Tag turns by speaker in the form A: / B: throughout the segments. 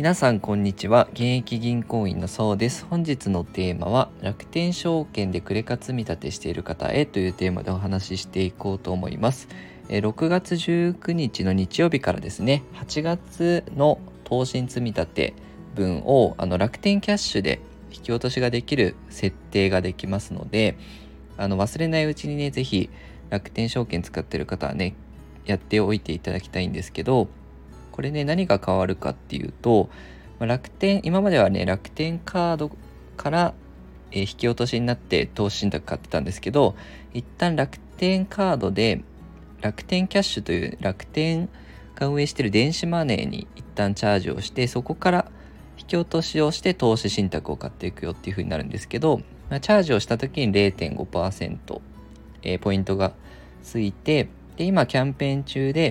A: 皆さんこんにちは。現役銀行員のそうです。本日のテーマは楽天証券でクレカ積み立てしている方へというテーマでお話ししていこうと思います。6月19日の日曜日からですね、8月の投信積み立て分を楽天キャッシュで引き落としができる設定ができますので、忘れないうちにね、ぜひ楽天証券使っている方はね、やっておいていただきたいんですけど、これね、何が変わるかっていうと、今まではね、楽天カードから、引き落としになって投資信託買ってたんですけど、一旦楽天カードで楽天キャッシュという楽天が運営している電子マネーに一旦チャージをして、そこから引き落としをして投資信託を買っていくよっていう風になるんですけど、チャージをした時に 0.5%、ポイントがついて、で今キャンペーン中で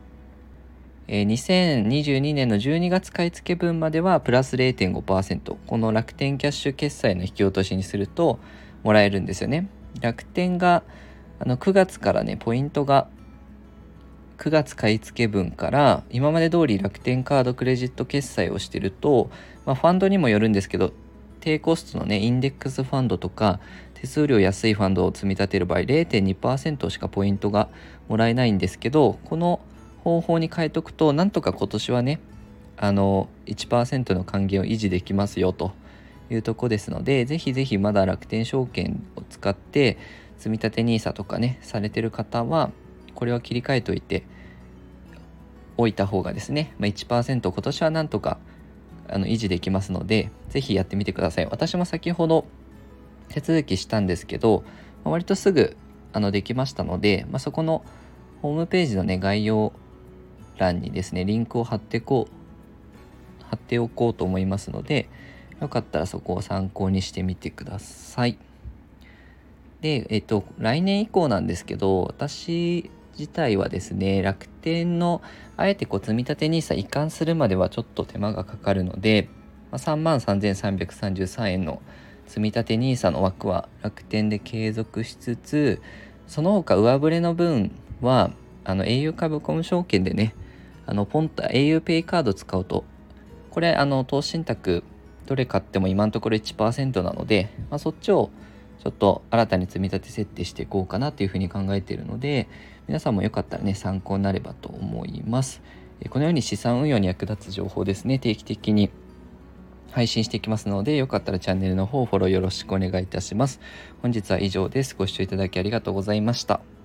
A: 2022年の12月買い付け分まではプラス 0.5%、 この楽天キャッシュ決済の引き落としにするともらえるんですよね。楽天が9月からね、ポイントが9月買い付け分から今まで通り楽天カードクレジット決済をしてると、ファンドにもよるんですけど、低コストのねインデックスファンドとか手数料安いファンドを積み立てる場合 0.2% しかポイントがもらえないんですけど、この方法に変えとくとなんとか今年はね1% の還元を維持できますよというとこですので、ぜひぜひまだ楽天証券を使って積み立て NISA とかねされてる方はこれは切り替えといておいた方がですね、1% 今年はなんとか維持できますので、ぜひやってみてください。私も先ほど手続きしたんですけど、割とすぐできましたので、そこのホームページのね概要欄にですねリンクを貼っておこうと思いますので、よかったらそこを参考にしてみてください。で、来年以降なんですけど、私自体はですね、楽天のあえて積み立て NISA 移管するまではちょっと手間がかかるので、33,333 円の積み立て NISA の枠は楽天で継続しつつ、その他上振れの分はau 株コム証券でね、ポンタ au ペイカード使うと、これ投資信託どれ買っても今のところ 1% なので、そっちをちょっと新たに積み立て設定していこうかなというふうに考えているので、皆さんもよかったらね参考になればと思います。このように資産運用に役立つ情報ですね、定期的に配信していきますので、よかったらチャンネルの方フォローよろしくお願いいたします。本日は以上です。ご視聴いただきありがとうございました。